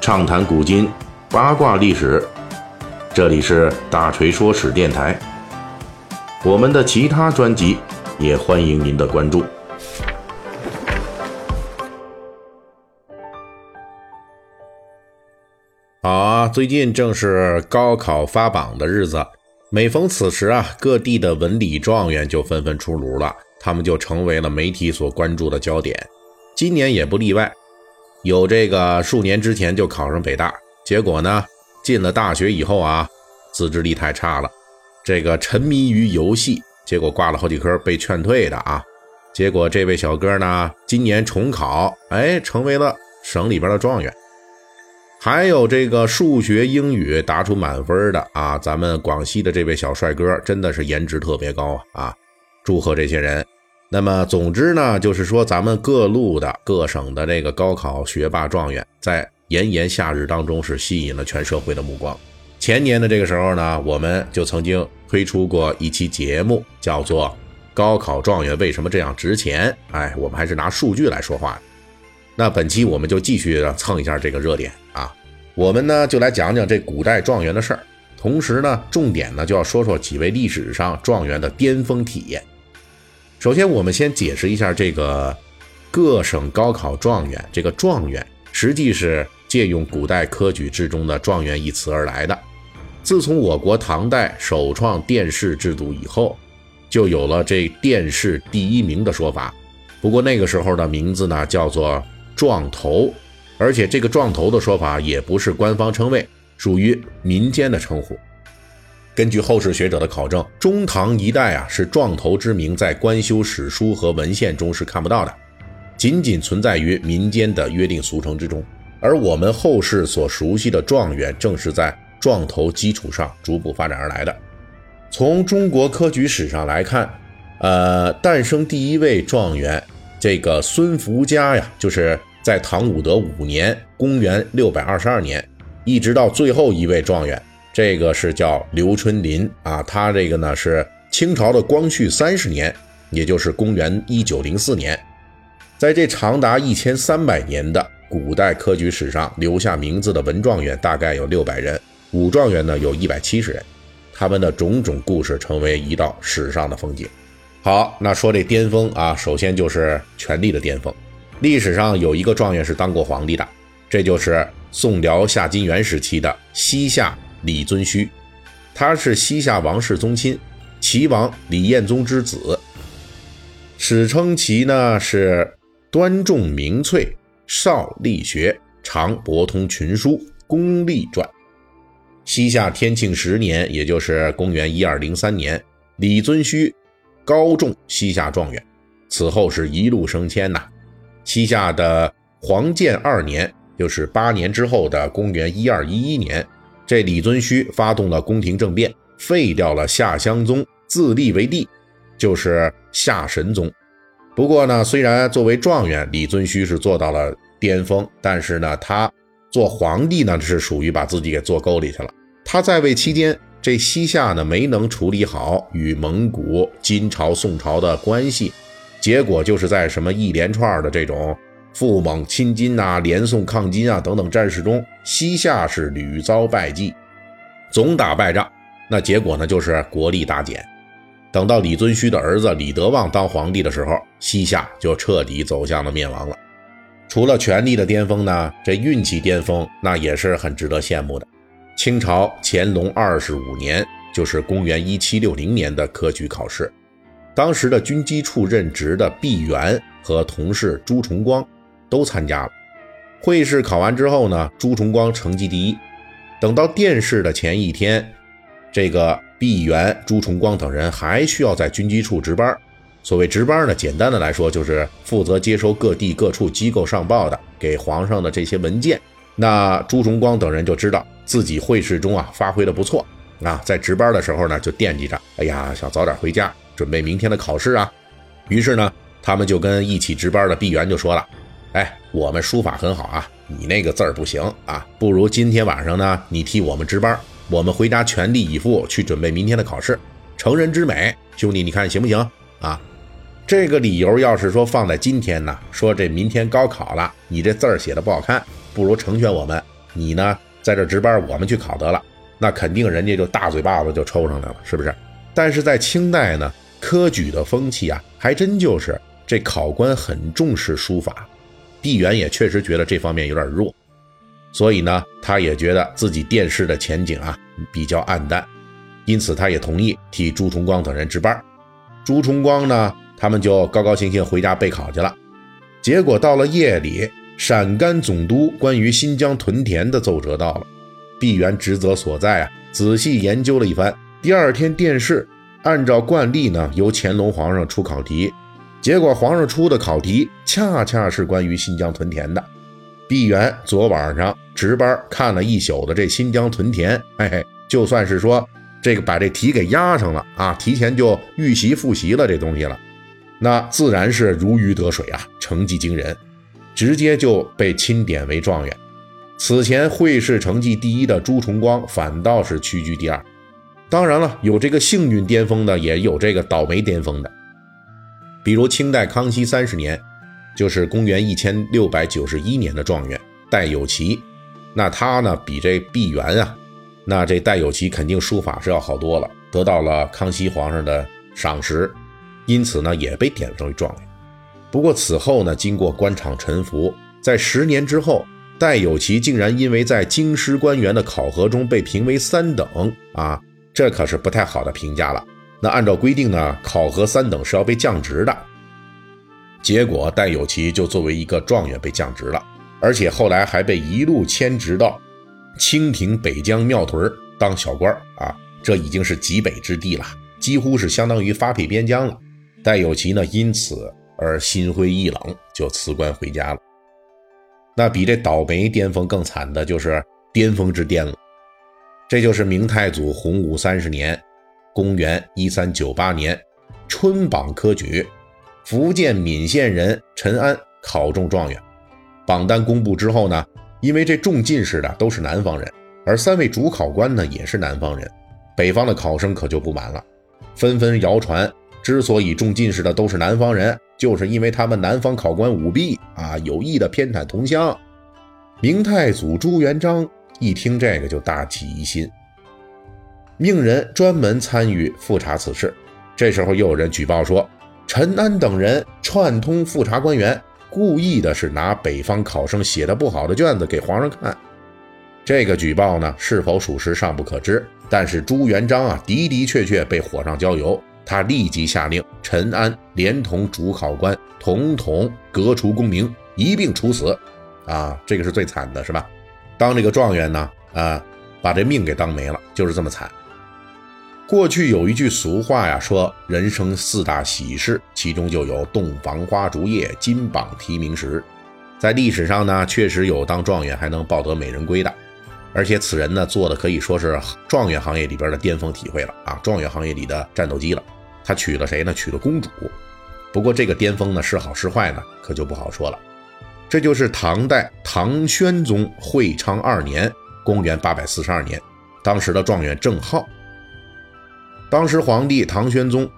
畅谈古今，八卦历史。这里是大锤说史电台。我们的其他专辑也欢迎您的关注。 好啊，最近正是高考发榜的日子，每逢此时啊，各地的文理状元就纷纷出炉了，他们就成为了媒体所关注的焦点。今年也不例外，有这个数年之前就考上北大，结果呢，进了大学以后啊，自制力太差了，这个沉迷于游戏，结果挂了好几科被劝退的啊。结果这位小哥呢，今年重考，成为了省里边的状元。还有这个数学英语答出满分的啊，咱们广西的这位小帅哥真的是颜值特别高啊，祝贺这些人。那么总之呢，就是说咱们各路的各省的这个高考学霸状元在炎炎夏日当中是吸引了全社会的目光。前年的这个时候呢，我们就曾经推出过一期节目，叫做高考状元为什么这样值钱，我们还是拿数据来说话的。那本期我们就继续蹭一下这个热点啊，我们呢就来讲讲这古代状元的事儿，同时呢重点呢就要说说几位历史上状元的巅峰体验。首先我们先解释一下这个各省高考状元，这个状元实际是借用古代科举制中的状元一词而来的。自从我国唐代首创殿试制度以后，就有了这殿试第一名的说法，不过那个时候的名字呢叫做状头，而且这个状头的说法也不是官方称谓，属于民间的称呼。根据后世学者的考证，中唐一代是状头之名在官修史书和文献中是看不到的，仅仅存在于民间的约定俗成之中。而我们后世所熟悉的状元正是在状头基础上逐步发展而来的。从中国科举史上来看，诞生第一位状元这个孙福家呀，就是在唐武德5年，公元622年，一直到最后一位状元，这个是叫刘春霖啊，他这个呢是清朝的光绪30年，也就是公元1904年。在这长达1300年的古代科举史上，留下名字的文状元大概有600人，武状元呢有170人，他们的种种故事成为一道史上的风景。好，那说这巅峰啊，首先就是权力的巅峰。历史上有一个状元是当过皇帝的，这就是宋辽夏金元时期的西夏李遵顼，他是西夏王室宗亲，齐王李彦宗之子，史称其呢是端重明粹，少力学，常博通群书，功力传。西夏天庆10年，也就是公元1203年，李遵顼高中西夏状元，此后是一路升迁呐。西夏的黄建2年，就是8年之后的公元1211年，这李遵顼发动了宫廷政变，废掉了夏襄宗，自立为帝，就是夏神宗。不过呢，虽然作为状元李遵顼是做到了巅峰，但是呢他做皇帝呢是属于把自己给做沟里去了。他在位期间，这西夏呢没能处理好与蒙古、金朝、宋朝的关系，结果就是在什么一连串的这种赴蒙亲金啊、联宋抗金啊等等战事中，西夏是屡遭败绩，总打败仗，那结果呢就是国力大减。等到李遵顼的儿子李德旺当皇帝的时候，西夏就彻底走向了灭亡了。除了权力的巅峰呢，这运气巅峰那也是很值得羡慕的。清朝乾隆25年，就是公元1760年的科举考试，当时的军机处任职的毕沅和同事朱重光都参加了。会试考完之后呢，朱重光成绩第一。等到殿试的前一天，这个毕沅、朱重光等人还需要在军机处值班。所谓值班呢，简单的来说就是负责接收各地各处机构上报的给皇上的这些文件。那朱重光等人就知道自己会试中发挥的不错啊，在值班的时候呢就惦记着，想早点回家准备明天的考试啊。于是呢，他们就跟一起值班的毕沅就说了，我们书法很好啊，你那个字儿不行啊，不如今天晚上呢你替我们值班，我们回家全力以赴去准备明天的考试，成人之美，兄弟你看行不行啊？这个理由要是说放在今天呢，说这明天高考了，你这字儿写的不好看，不如成全我们， 你呢在这值班，我们去考得了，那肯定人家就大嘴巴子就抽上来了，是不是？但是在清代呢，科举的风气啊，还真就是这考官很重视书法，毕沅也确实觉得这方面有点弱，所以呢，他也觉得自己殿试的前景啊比较暗淡，因此他也同意替朱重光等人值班。朱重光呢，他们就高高兴兴回家备考去了。结果到了夜里，陕甘总督关于新疆屯田的奏折到了，毕沅职责所在啊，仔细研究了一番。第二天殿试，按照惯例呢，由乾隆皇上出考题，结果皇上出的考题恰恰是关于新疆屯田的。毕沅昨晚上值班看了一宿的这新疆屯田，就算是说这个把这题给押上了啊，提前就预习复习了这东西了，那自然是如鱼得水啊，成绩惊人，直接就被钦点为状元。此前会试成绩第一的朱重光反倒是屈居第二。当然了，有这个幸运巅峰的，也有这个倒霉巅峰的。比如清代康熙30年，就是公元1691年的状元戴有祺，那他呢比这毕沅啊，那这戴有祺肯定书法是要好多了，得到了康熙皇上的赏识，因此呢也被点成为状元。不过此后呢，经过官场沉浮，在10年之后，戴有祺竟然因为在京师官员的考核中被评为3等啊，这可是不太好的评价了。那按照规定呢，考核3等是要被降职的。结果戴有祺就作为一个状元被降职了，而且后来还被一路迁职到清廷北疆庙屯当小官啊，这已经是极北之地了，几乎是相当于发配边疆了。戴有祺呢因此而心灰意冷，就辞官回家了。那比这倒霉巅峰更惨的就是巅峰之巅了，这就是明太祖洪武30年，公元1398年春榜科举，福建闽县人陈安考中状元。榜单公布之后呢，因为这中进士的都是南方人，而3位主考官呢也是南方人，北方的考生可就不满了，纷纷谣传之所以中进士的都是南方人，就是因为他们南方考官舞弊啊，有意的偏袒同乡。明太祖朱元璋一听这个就大起疑心，命人专门参与复查此事。这时候又有人举报说，陈安等人串通复查官员，故意的是拿北方考生写的不好的卷子给皇上看。这个举报呢是否属实尚不可知，但是朱元璋啊的的确确被火上浇油，他立即下令陈安连同主考官统统革除功名，一并处死啊，这个是最惨的是吧？当这个状元呢把这命给当没了，就是这么惨。过去有一句俗话呀，说人生4大喜事，其中就有洞房花烛夜，金榜题名时。在历史上呢，确实有当状元还能抱得美人归的，而且此人呢做的可以说是状元行业里边的巅峰体会了啊，状元行业里的战斗机了。他娶了谁呢？娶了公主。不过这个巅峰呢是好是坏呢，可就不好说了。这就是唐代唐宣宗会昌2年，公元842年，当时的状元郑浩。当时皇帝唐宣宗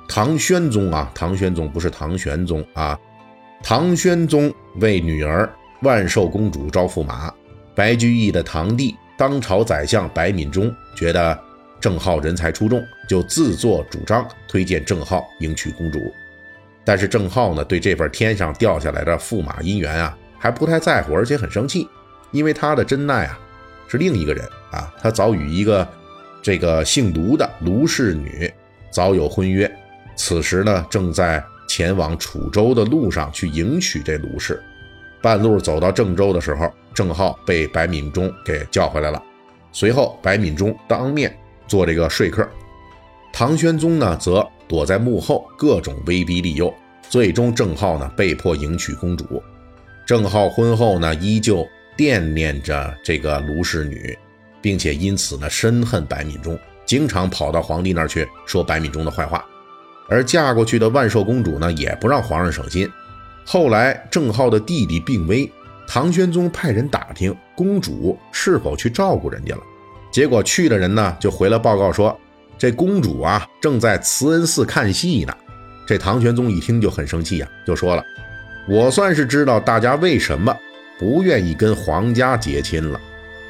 不是唐玄宗啊，唐宣宗为女儿万寿公主招驸马，白居易的堂弟当朝宰相白敏中觉得郑浩人才出众，就自作主张推荐郑浩迎娶公主。但是郑浩呢对这份天上掉下来的驸马姻缘啊还不太在乎，而且很生气，因为他的真爱啊是另一个人啊，他早与一个这个姓卢的卢氏女早有婚约，此时呢正在前往楚州的路上去迎娶这卢氏。半路走到郑州的时候，郑浩被白敏中给叫回来了，随后白敏中当面做这个说客，唐宣宗呢则躲在幕后各种威逼利诱，最终郑浩呢被迫迎娶公主。郑浩婚后呢依旧惦念着这个卢氏女，并且因此呢深恨白敏中，经常跑到皇帝那儿去说白敏中的坏话。而嫁过去的万寿公主呢也不让皇上省心。后来郑浩的弟弟病危，唐宣宗派人打听公主是否去照顾人家了，结果去的人呢就回来报告说，这公主啊正在慈恩寺看戏呢。这唐玄宗一听就很生气啊，就说了，我算是知道大家为什么不愿意跟皇家结亲了，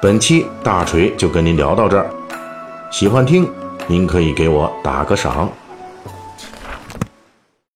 本期大锤就跟您聊到这儿，喜欢听您可以给我打个赏。